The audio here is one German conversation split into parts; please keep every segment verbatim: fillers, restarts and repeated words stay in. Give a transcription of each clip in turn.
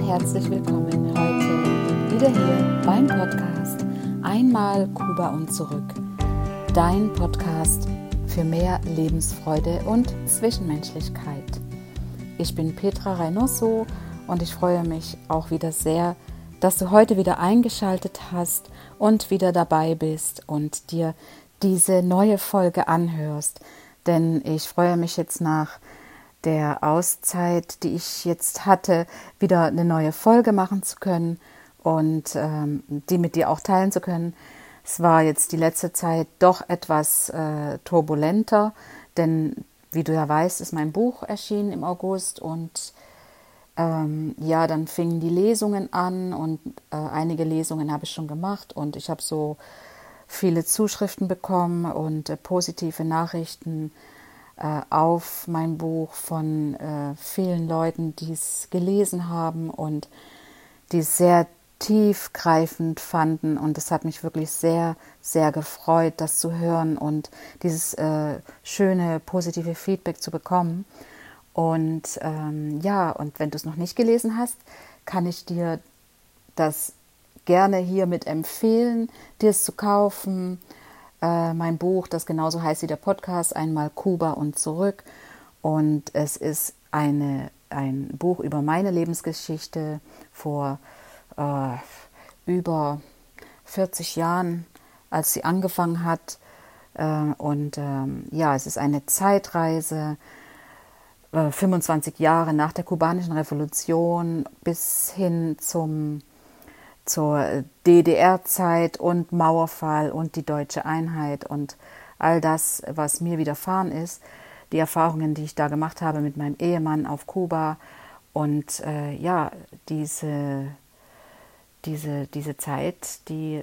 herzlich willkommen heute wieder hier beim Podcast Einmal Kuba und zurück. Dein Podcast für mehr Lebensfreude und Zwischenmenschlichkeit. Ich bin Petra Reynoso und ich freue mich auch wieder sehr, dass du heute wieder eingeschaltet hast und wieder dabei bist und dir diese neue Folge anhörst. Denn ich freue mich jetzt nach der Auszeit, die ich jetzt hatte, wieder eine neue Folge machen zu können und ähm, die mit dir auch teilen zu können. Es war jetzt die letzte Zeit doch etwas äh, turbulenter, denn wie du ja weißt, ist mein Buch erschienen im August und ähm, ja, dann fingen die Lesungen an und äh, einige Lesungen habe ich schon gemacht und ich habe so viele Zuschriften bekommen und äh, positive Nachrichten auf mein Buch von äh, vielen Leuten, die es gelesen haben und die es sehr tiefgreifend fanden. Und es hat mich wirklich sehr, sehr gefreut, das zu hören und dieses äh, schöne, positive Feedback zu bekommen. Und ähm, ja, und wenn du es noch nicht gelesen hast, kann ich dir das gerne hiermit empfehlen, dir es zu kaufen. Mein Buch, das genauso heißt wie der Podcast, Einmal Kuba und zurück. Und es ist eine, ein Buch über meine Lebensgeschichte vor äh, über vierzig Jahren, als sie angefangen hat. Äh, und ähm, ja, es ist eine Zeitreise, äh, fünfundzwanzig Jahre nach der kubanischen Revolution bis hin zum zur D D R-Zeit und Mauerfall und die deutsche Einheit und all das, was mir widerfahren ist, die Erfahrungen, die ich da gemacht habe mit meinem Ehemann auf Kuba und äh, ja, diese, diese, diese Zeit, die,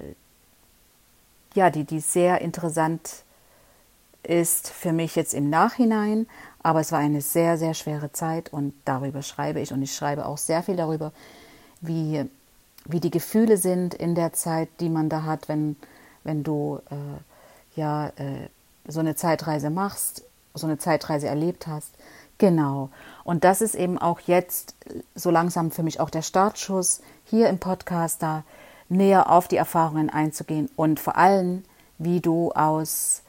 ja, die, die sehr interessant ist für mich jetzt im Nachhinein, aber es war eine sehr, sehr schwere Zeit und darüber schreibe ich und ich schreibe auch sehr viel darüber, wie wie die Gefühle sind in der Zeit, die man da hat, wenn, wenn du äh, ja, äh, so eine Zeitreise machst, so eine Zeitreise erlebt hast. Genau. Und das ist eben auch jetzt so langsam für mich auch der Startschuss, hier im Podcast da näher auf die Erfahrungen einzugehen und vor allem, wie du aus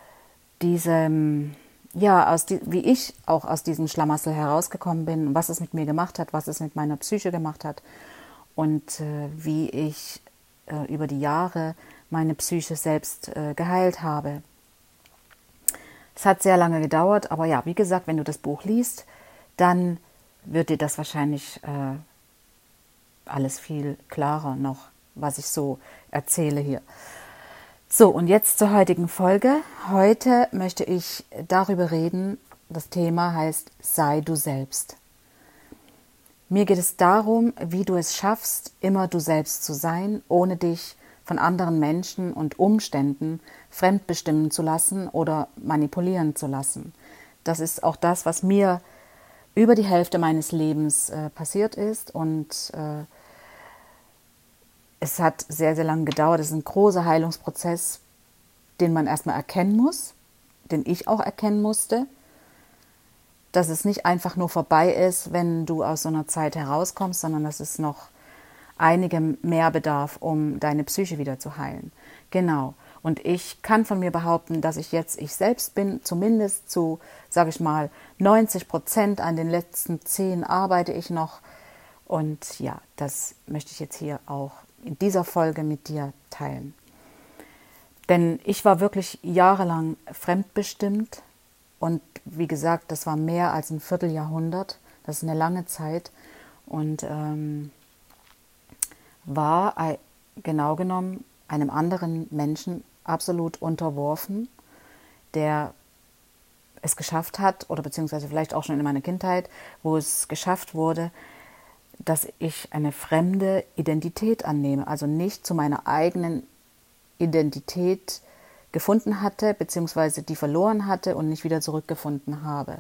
diesem, ja, aus die, wie ich auch aus diesem Schlamassel herausgekommen bin, was es mit mir gemacht hat, was es mit meiner Psyche gemacht hat. Und äh, wie ich äh, über die Jahre meine Psyche selbst äh, geheilt habe. Es hat sehr lange gedauert, aber ja, wie gesagt, wenn du das Buch liest, dann wird dir das wahrscheinlich äh, alles viel klarer noch, was ich so erzähle hier. So, und jetzt zur heutigen Folge. Heute möchte ich darüber reden, das Thema heißt Sei du selbst. Mir geht es darum, wie du es schaffst, immer du selbst zu sein, ohne dich von anderen Menschen und Umständen fremdbestimmen zu lassen oder manipulieren zu lassen. Das ist auch das, was mir über die Hälfte meines Lebens äh, passiert ist und äh, es hat sehr, sehr lange gedauert. Es ist ein großer Heilungsprozess, den man erstmal erkennen muss, den ich auch erkennen musste. Dass es nicht einfach nur vorbei ist, wenn du aus so einer Zeit herauskommst, sondern dass es noch einigem mehr bedarf, um deine Psyche wieder zu heilen. Genau. Und ich kann von mir behaupten, dass ich jetzt ich selbst bin, zumindest zu, sage ich mal, neunzig Prozent. An den letzten zehn arbeite ich noch. Und ja, das möchte ich jetzt hier auch in dieser Folge mit dir teilen. Denn ich war wirklich jahrelang fremdbestimmt. Und wie gesagt, das war mehr als ein Vierteljahrhundert, das ist eine lange Zeit und ähm, war genau genommen einem anderen Menschen absolut unterworfen, der es geschafft hat, oder beziehungsweise vielleicht auch schon in meiner Kindheit, wo es geschafft wurde, dass ich eine fremde Identität annehme, also nicht zu meiner eigenen Identität gefunden hatte, beziehungsweise die verloren hatte und nicht wieder zurückgefunden habe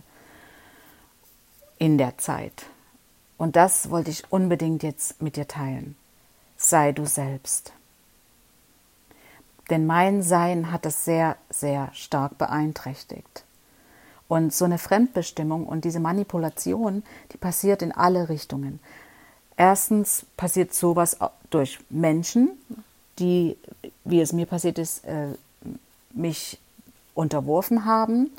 in der Zeit. Und das wollte ich unbedingt jetzt mit dir teilen. Sei du selbst. Denn mein Sein hat das sehr, sehr stark beeinträchtigt. Und so eine Fremdbestimmung und diese Manipulation, die passiert in alle Richtungen. erstens passiert sowas durch Menschen, die, wie es mir passiert ist, äh, mich unterworfen haben.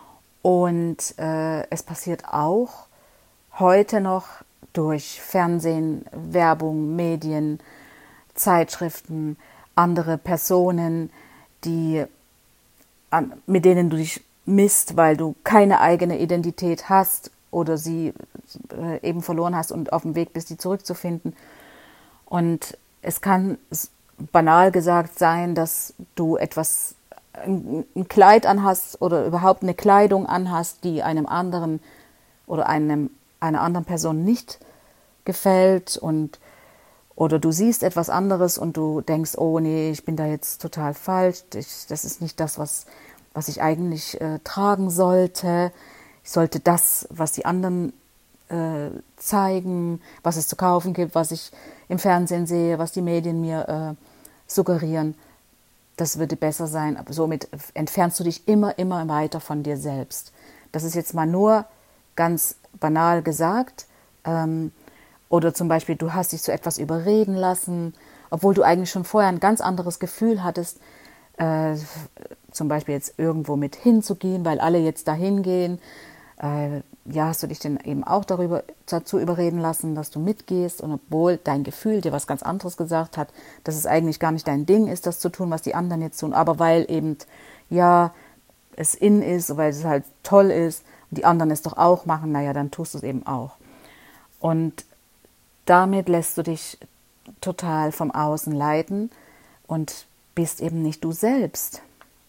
Und äh, es passiert auch heute noch durch Fernsehen, Werbung, Medien, Zeitschriften, andere Personen, die, an, mit denen du dich misst, weil du keine eigene Identität hast oder sie äh, eben verloren hast und auf dem Weg bist, die zurückzufinden. Und es kann banal gesagt sein, dass du etwas, ein, ein Kleid anhast oder überhaupt eine Kleidung anhast, die einem anderen oder einem, einer anderen Person nicht gefällt, und oder du siehst etwas anderes und du denkst, oh nee, ich bin da jetzt total falsch, ich, das ist nicht das, was, was ich eigentlich äh, tragen sollte. Ich sollte das, was die anderen äh, zeigen, was es zu kaufen gibt, was ich im Fernsehen sehe, was die Medien mir äh, suggerieren, das würde besser sein. Aber somit entfernst du dich immer, immer weiter von dir selbst. Das ist jetzt mal nur ganz banal gesagt. Ähm, Oder zum Beispiel, du hast dich zu etwas überreden lassen, obwohl du eigentlich schon vorher ein ganz anderes Gefühl hattest, äh, zum Beispiel jetzt irgendwo mit hinzugehen, weil alle jetzt dahin gehen. Äh, ja, hast du dich denn eben auch darüber dazu überreden lassen, dass du mitgehst, und obwohl dein Gefühl dir was ganz anderes gesagt hat, dass es eigentlich gar nicht dein Ding ist, das zu tun, was die anderen jetzt tun, aber weil eben, ja, es in ist, weil es halt toll ist und die anderen es doch auch machen, naja, dann tust du es eben auch. Und damit lässt du dich total vom Außen leiten und bist eben nicht du selbst.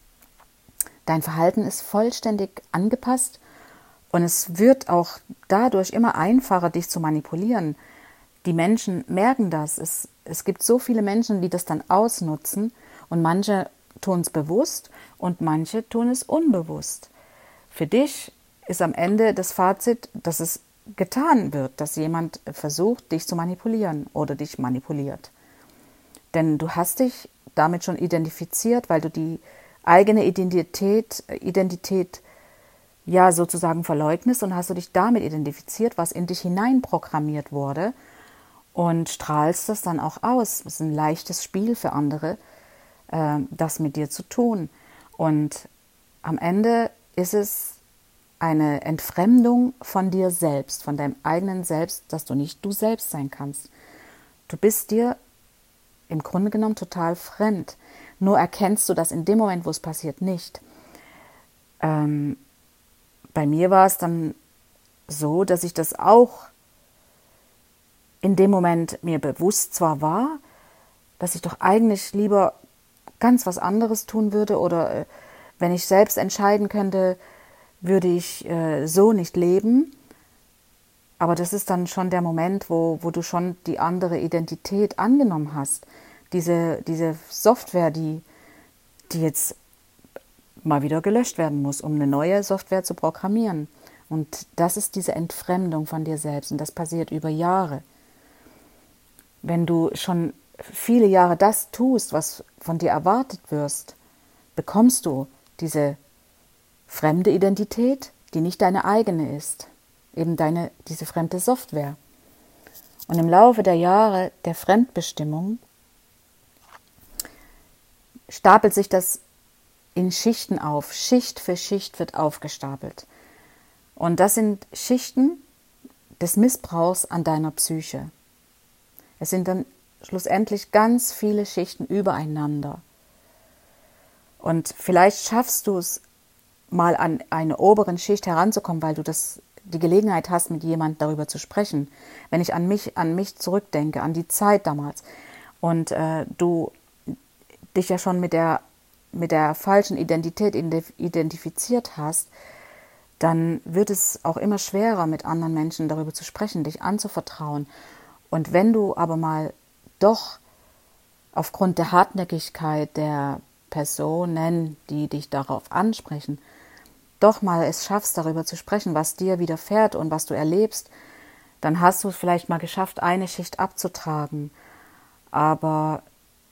Dein Verhalten ist vollständig angepasst und es wird auch dadurch immer einfacher, dich zu manipulieren. Die Menschen merken das. Es, es gibt so viele Menschen, die das dann ausnutzen, und manche tun es bewusst und manche tun es unbewusst. Für dich ist am Ende das Fazit, dass es getan wird, dass jemand versucht, dich zu manipulieren oder dich manipuliert. Denn du hast dich damit schon identifiziert, weil du die eigene Identität, Identität ja sozusagen verleugnest, und hast du dich damit identifiziert, was in dich hineinprogrammiert wurde, und strahlst das dann auch aus. Es ist ein leichtes Spiel für andere, äh, das mit dir zu tun. Und am Ende ist es eine Entfremdung von dir selbst, von deinem eigenen Selbst, dass du nicht du selbst sein kannst. Du bist dir im Grunde genommen total fremd. Nur erkennst du das in dem Moment, wo es passiert, nicht. Ähm, bei mir war es dann so, dass ich das auch in dem Moment mir bewusst zwar war, dass ich doch eigentlich lieber ganz was anderes tun würde, oder äh, wenn ich selbst entscheiden könnte, würde ich äh, so nicht leben. Aber das ist dann schon der Moment, wo, wo du schon die andere Identität angenommen hast. Diese, diese Software, die, die jetzt mal wieder gelöscht werden muss, um eine neue Software zu programmieren. Und das ist diese Entfremdung von dir selbst, und das passiert über Jahre. Wenn du schon viele Jahre das tust, was von dir erwartet wirst, bekommst du diese fremde Identität, die nicht deine eigene ist, eben deine, diese fremde Software. Und im Laufe der Jahre der Fremdbestimmung stapelt sich das in Schichten auf. Schicht für Schicht wird aufgestapelt. Und das sind Schichten des Missbrauchs an deiner Psyche. Es sind dann schlussendlich ganz viele Schichten übereinander. Und vielleicht schaffst du es, mal an eine oberen Schicht heranzukommen, weil du das, die Gelegenheit hast, mit jemandem darüber zu sprechen. Wenn ich an mich, an mich zurückdenke, an die Zeit damals, und äh, du dich ja schon mit der, mit der falschen Identität identifiziert hast, dann wird es auch immer schwerer, mit anderen Menschen darüber zu sprechen, dich anzuvertrauen. Und wenn du aber mal doch aufgrund der Hartnäckigkeit der Personen, die dich darauf ansprechen, doch mal es schaffst, darüber zu sprechen, was dir widerfährt und was du erlebst, dann hast du es vielleicht mal geschafft, eine Schicht abzutragen. Aber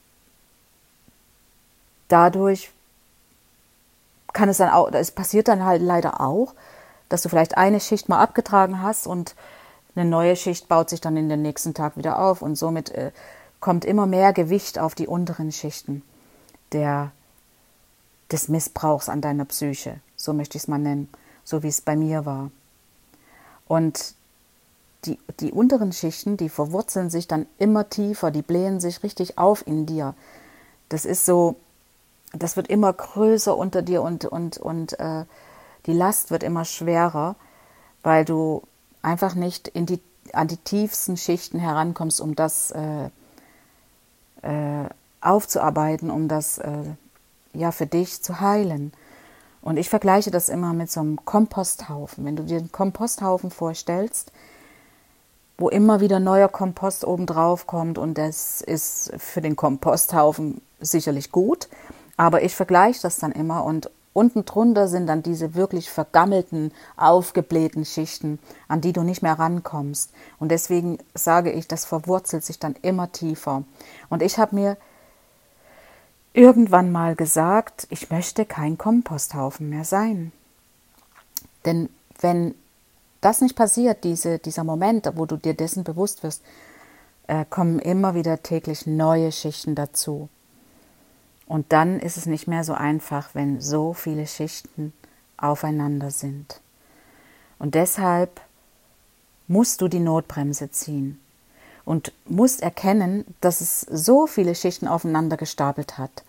dadurch kann es dann auch, es passiert dann halt leider auch, dass du vielleicht eine Schicht mal abgetragen hast und eine neue Schicht baut sich dann in den nächsten Tag wieder auf und somit äh, kommt immer mehr Gewicht auf die unteren Schichten der, des Missbrauchs an deiner Psyche, so möchte ich es mal nennen, so wie es bei mir war. Und die, die unteren Schichten, die verwurzeln sich dann immer tiefer, die blähen sich richtig auf in dir. Das ist so, das wird immer größer unter dir und, und, und äh, die Last wird immer schwerer, weil du einfach nicht in die, an die tiefsten Schichten herankommst, um das äh, äh, aufzuarbeiten, um das äh, ja für dich zu heilen. Und ich vergleiche das immer mit so einem Komposthaufen. Wenn du dir einen Komposthaufen vorstellst, wo immer wieder neuer Kompost oben drauf kommt, und das ist für den Komposthaufen sicherlich gut, aber ich vergleiche das dann immer und unten drunter sind dann diese wirklich vergammelten, aufgeblähten Schichten, an die du nicht mehr rankommst. Und deswegen sage ich, das verwurzelt sich dann immer tiefer. Und ich habe mir irgendwann mal gesagt, ich möchte kein Komposthaufen mehr sein. Denn wenn das nicht passiert, diese, dieser Moment, wo du dir dessen bewusst wirst, äh, kommen immer wieder täglich neue Schichten dazu. Und dann ist es nicht mehr so einfach, wenn so viele Schichten aufeinander sind. Und deshalb musst du die Notbremse ziehen und musst erkennen, dass es so viele Schichten aufeinander gestapelt hat,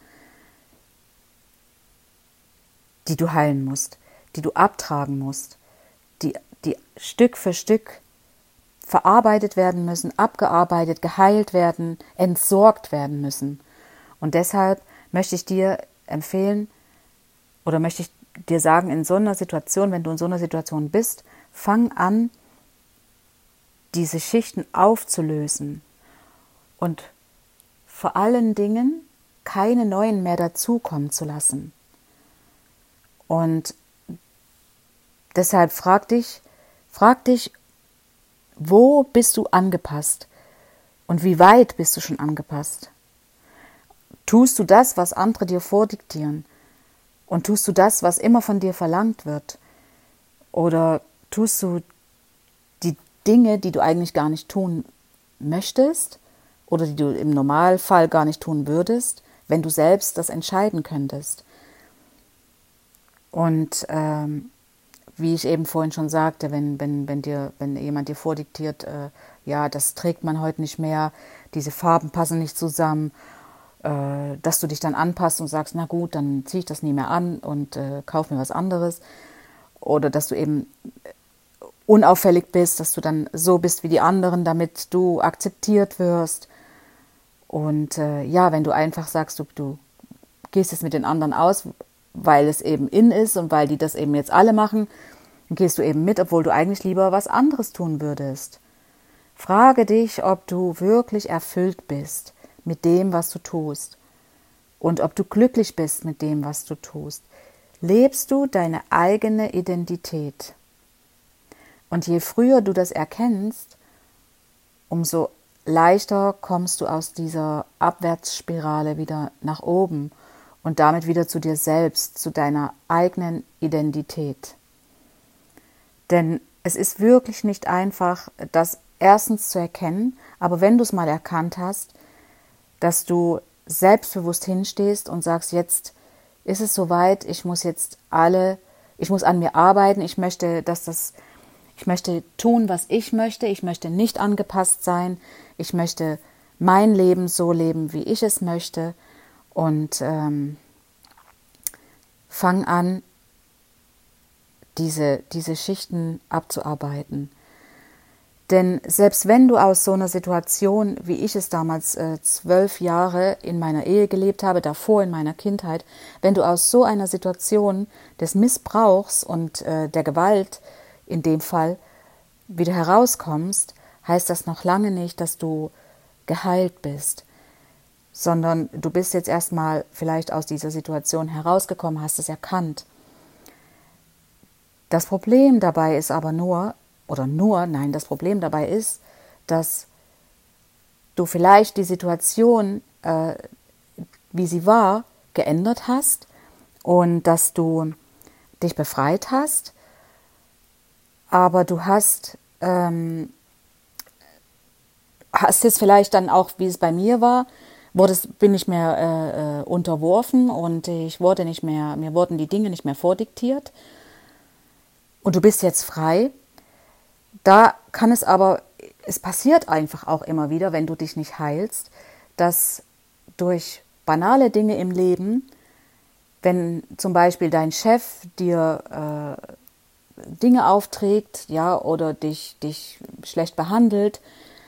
die du heilen musst, die du abtragen musst, die, die Stück für Stück verarbeitet werden müssen, abgearbeitet, geheilt werden, entsorgt werden müssen. Und deshalb möchte ich dir empfehlen oder möchte ich dir sagen, in so einer Situation, wenn du in so einer Situation bist, fang an, diese Schichten aufzulösen und vor allen Dingen keine neuen mehr dazukommen zu lassen. Und deshalb frag dich, frag dich, wo bist du angepasst und wie weit bist du schon angepasst? Tust du das, was andere dir vordiktieren? Und tust du das, was immer von dir verlangt wird? Oder tust du die Dinge, die du eigentlich gar nicht tun möchtest oder die du im Normalfall gar nicht tun würdest, wenn du selbst das entscheiden könntest? Und ähm, wie ich eben vorhin schon sagte, wenn, wenn, wenn, dir, wenn jemand dir vordiktiert, äh, ja, das trägt man heute nicht mehr, diese Farben passen nicht zusammen, äh, dass du dich dann anpasst und sagst, na gut, dann ziehe ich das nie mehr an und äh, kauf mir was anderes. Oder dass du eben unauffällig bist, dass du dann so bist wie die anderen, damit du akzeptiert wirst. Und äh, ja, wenn du einfach sagst, du, du gehst jetzt mit den anderen aus, weil es eben in ist und weil die das eben jetzt alle machen, dann gehst du eben mit, obwohl du eigentlich lieber was anderes tun würdest. Frage dich, ob du wirklich erfüllt bist mit dem, was du tust und ob du glücklich bist mit dem, was du tust. Lebst du deine eigene Identität? Und je früher du das erkennst, umso leichter kommst du aus dieser Abwärtsspirale wieder nach oben und damit wieder zu dir selbst, zu deiner eigenen Identität. Denn es ist wirklich nicht einfach, das erstens zu erkennen, aber wenn du es mal erkannt hast, dass du selbstbewusst hinstehst und sagst, jetzt ist es soweit, ich muss jetzt alle, ich muss an mir arbeiten, ich möchte, dass das, ich möchte tun, was ich möchte, ich möchte nicht angepasst sein, ich möchte mein Leben so leben, wie ich es möchte. Und ähm, fang an, diese, diese Schichten abzuarbeiten. Denn selbst wenn du aus so einer Situation, wie ich es damals äh, zwölf Jahre in meiner Ehe gelebt habe, davor in meiner Kindheit, wenn du aus so einer Situation des Missbrauchs und äh, der Gewalt in dem Fall wieder herauskommst, heißt das noch lange nicht, dass du geheilt bist, sondern du bist jetzt erstmal vielleicht aus dieser Situation herausgekommen, hast es erkannt. Das Problem dabei ist aber nur, oder nur, nein, das Problem dabei ist, dass du vielleicht die Situation, äh, wie sie war, geändert hast und dass du dich befreit hast, aber du hast ähm, hast jetzt vielleicht dann auch, wie es bei mir war, wurde es, bin ich mehr äh, unterworfen und ich wurde nicht mehr, mir wurden die Dinge nicht mehr vordiktiert und du bist jetzt frei. Da kann es aber, es passiert einfach auch immer wieder, wenn du dich nicht heilst, dass durch banale Dinge im Leben, wenn zum Beispiel dein Chef dir äh, Dinge aufträgt, ja, oder dich, dich schlecht behandelt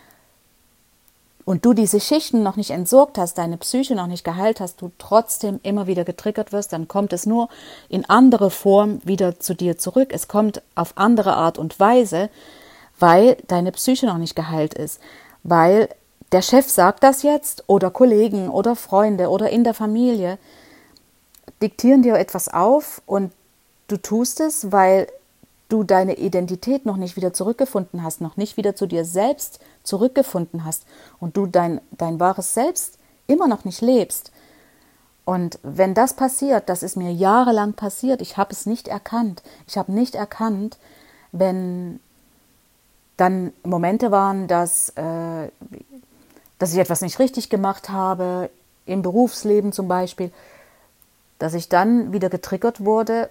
und du diese Schichten noch nicht entsorgt hast, deine Psyche noch nicht geheilt hast, du trotzdem immer wieder getriggert wirst, dann kommt es nur in andere Form wieder zu dir zurück. Es kommt auf andere Art und Weise, weil deine Psyche noch nicht geheilt ist, weil der Chef sagt das jetzt oder Kollegen oder Freunde oder in der Familie diktieren dir etwas auf und du tust es, weil du deine Identität noch nicht wieder zurückgefunden hast, noch nicht wieder zu dir selbst zurückgefunden hast und du dein, dein wahres Selbst immer noch nicht lebst. Und wenn das passiert, das ist mir jahrelang passiert, ich habe es nicht erkannt. Ich habe nicht erkannt, wenn dann Momente waren, dass, äh, dass ich etwas nicht richtig gemacht habe, im Berufsleben zum Beispiel, dass ich dann wieder getriggert wurde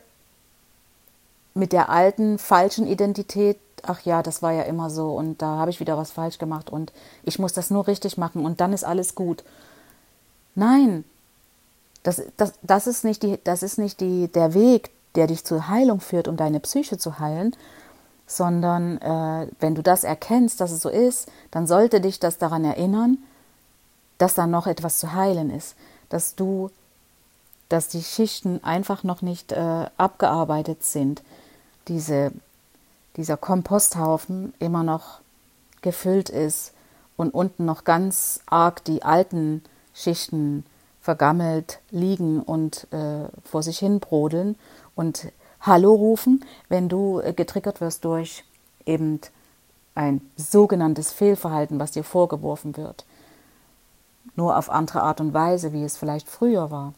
mit der alten, falschen Identität. Ach ja, das war ja immer so und da habe ich wieder was falsch gemacht und ich muss das nur richtig machen und dann ist alles gut. Nein, das, das, das ist nicht, die, das ist nicht die, der Weg, der dich zur Heilung führt, um deine Psyche zu heilen, sondern äh, wenn du das erkennst, dass es so ist, dann sollte dich das daran erinnern, dass da noch etwas zu heilen ist, dass du, dass die Schichten einfach noch nicht äh, abgearbeitet sind, diese, dieser Komposthaufen immer noch gefüllt ist und unten noch ganz arg die alten Schichten vergammelt liegen und äh, vor sich hin brodeln und Hallo rufen, wenn du äh, getriggert wirst durch eben ein sogenanntes Fehlverhalten, was dir vorgeworfen wird. Nur auf andere Art und Weise, wie es vielleicht früher war.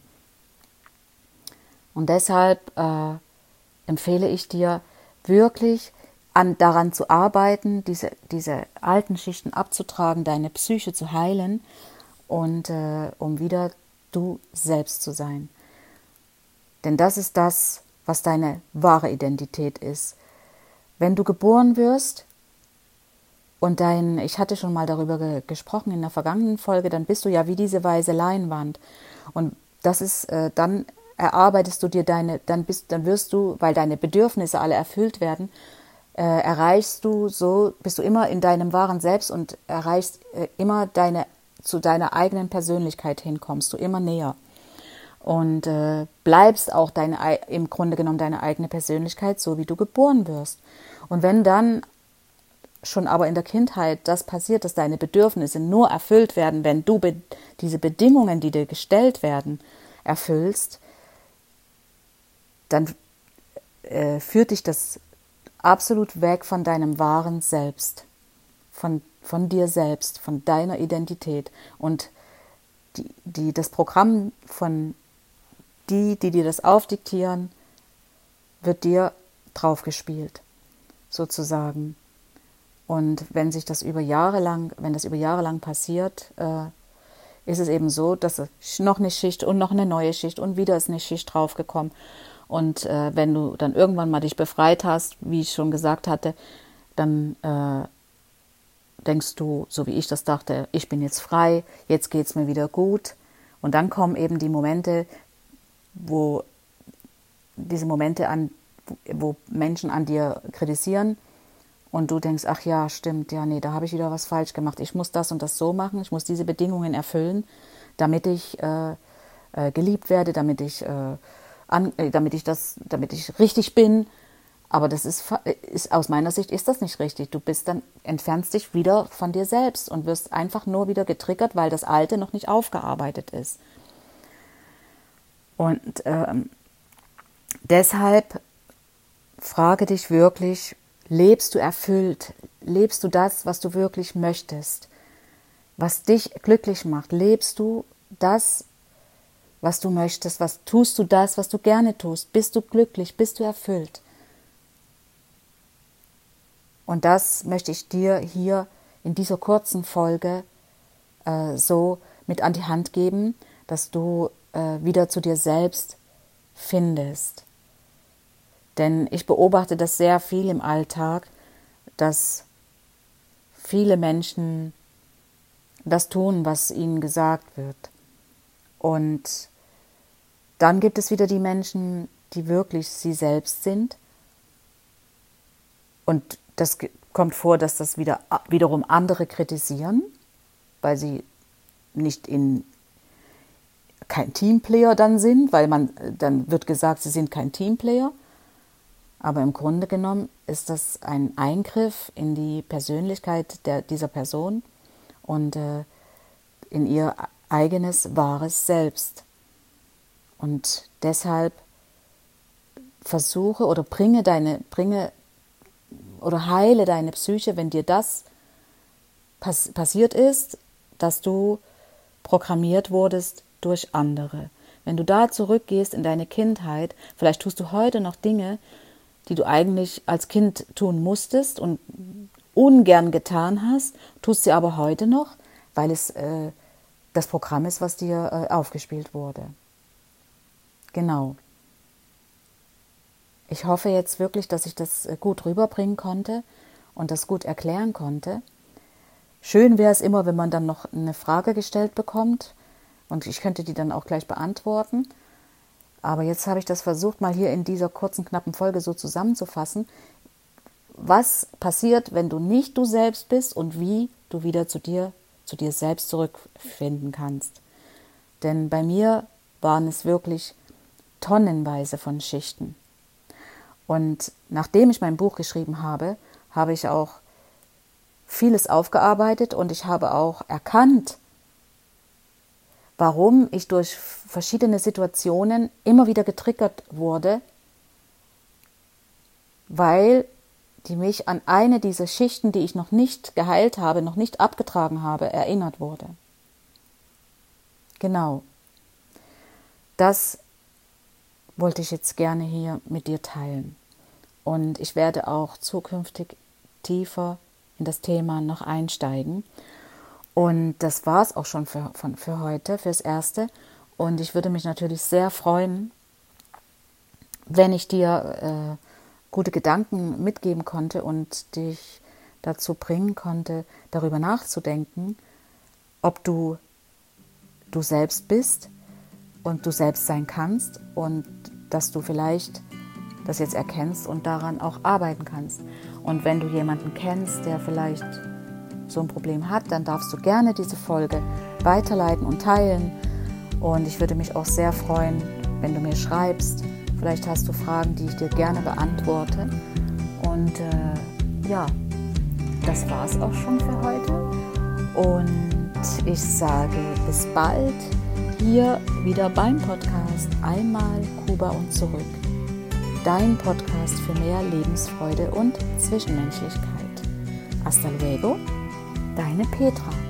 Und deshalb äh, empfehle ich dir wirklich an, daran zu arbeiten, diese, diese alten Schichten abzutragen, deine Psyche zu heilen und äh, um wieder du selbst zu sein. Denn das ist das, was deine wahre Identität ist. Wenn du geboren wirst und dein, ich hatte schon mal darüber ge- gesprochen in der vergangenen Folge, dann bist du ja wie diese weiße Leinwand. Und das ist, äh, dann erarbeitest du dir deine, dann bist, dann wirst du, weil deine Bedürfnisse alle erfüllt werden, äh, erreichst du so, bist du immer in deinem wahren Selbst und erreichst äh, immer deine, zu deiner eigenen Persönlichkeit hin, kommst du immer näher. Und äh, bleibst auch deine, im Grunde genommen deine eigene Persönlichkeit, so wie du geboren wirst. Und wenn dann schon aber in der Kindheit das passiert, dass deine Bedürfnisse nur erfüllt werden, wenn du be- diese Bedingungen, die dir gestellt werden, erfüllst, dann äh, führt dich das absolut weg von deinem wahren Selbst, von, von dir selbst, von deiner Identität. Und die, die, das Programm von die, die dir das aufdiktieren, wird dir draufgespielt, sozusagen. Und wenn sich das über Jahre lang, wenn das über Jahre lang passiert, äh, ist es eben so, dass noch eine Schicht und noch eine neue Schicht und wieder ist eine Schicht draufgekommen. Und äh, wenn du dann irgendwann mal dich befreit hast, wie ich schon gesagt hatte, dann äh, denkst du, so wie ich das dachte, ich bin jetzt frei, jetzt geht es mir wieder gut. Und dann kommen eben die Momente, wo diese Momente an, wo Menschen an dir kritisieren und du denkst, ach ja, stimmt, ja, nee, da habe ich wieder was falsch gemacht. Ich muss das und das so machen, ich muss diese Bedingungen erfüllen, damit ich äh, äh, geliebt werde, damit ich, äh, an, äh, damit ich das, damit ich richtig bin. Aber das ist, ist, aus meiner Sicht ist das nicht richtig. Du bist dann, entfernst dich wieder von dir selbst und wirst einfach nur wieder getriggert, weil das Alte noch nicht aufgearbeitet ist. Und ähm, deshalb frage dich wirklich, lebst du erfüllt? Lebst du das, was du wirklich möchtest? Was dich glücklich macht? Lebst du das, was du möchtest? Was tust du das, was du gerne tust? Bist du glücklich? Bist du erfüllt? Und das möchte ich dir hier in dieser kurzen Folge äh, so mit an die Hand geben, dass du äh, wieder zu dir selbst findest. Denn ich beobachte das sehr viel im Alltag, dass viele Menschen das tun, was ihnen gesagt wird. Und dann gibt es wieder die Menschen, die wirklich sie selbst sind. Und das kommt vor, dass das wieder, wiederum andere kritisieren, weil sie nicht in kein Teamplayer dann sind, weil man dann wird gesagt, sie sind kein Teamplayer. Aber im Grunde genommen ist das ein Eingriff in die Persönlichkeit der, dieser Person und äh, in ihr eigenes, wahres Selbst. Und deshalb versuche oder bringe deine, bringe oder heile deine Psyche, wenn dir das pass- passiert ist, dass du programmiert wurdest durch andere. Wenn du da zurückgehst in deine Kindheit, vielleicht tust du heute noch Dinge, die du eigentlich als Kind tun musstest und ungern getan hast, tust sie aber heute noch, weil es äh, das Programm ist, was dir äh, aufgespielt wurde. Genau. Ich hoffe jetzt wirklich, dass ich das äh, gut rüberbringen konnte und das gut erklären konnte. Schön wäre es immer, wenn man dann noch eine Frage gestellt bekommt und ich könnte die dann auch gleich beantworten. Aber jetzt habe ich das versucht, mal hier in dieser kurzen, knappen Folge so zusammenzufassen. Was passiert, wenn du nicht du selbst bist und wie du wieder zu dir, zu dir selbst zurückfinden kannst. Denn bei mir waren es wirklich tonnenweise von Schichten. Und nachdem ich mein Buch geschrieben habe, habe ich auch vieles aufgearbeitet und ich habe auch erkannt, warum ich durch verschiedene Situationen immer wieder getriggert wurde, weil die mich an eine dieser Schichten, die ich noch nicht geheilt habe, noch nicht abgetragen habe, erinnert wurde. Genau. Das wollte ich jetzt gerne hier mit dir teilen. Und ich werde auch zukünftig tiefer in das Thema noch einsteigen. Und das war es auch schon für, von, für heute, fürs Erste. Und ich würde mich natürlich sehr freuen, wenn ich dir äh, gute Gedanken mitgeben konnte und dich dazu bringen konnte, darüber nachzudenken, ob du du selbst bist und du selbst sein kannst und dass du vielleicht das jetzt erkennst und daran auch arbeiten kannst. Und wenn du jemanden kennst, der vielleicht so ein Problem hat, dann darfst du gerne diese Folge weiterleiten und teilen. Und ich würde mich auch sehr freuen, wenn du mir schreibst. Vielleicht hast du Fragen, die ich dir gerne beantworte. Und äh, ja, das war es auch schon für heute. Und ich sage bis bald hier wieder beim Podcast Einmal Kuba und zurück. Dein Podcast für mehr Lebensfreude und Zwischenmenschlichkeit. Hasta luego, deine Petra.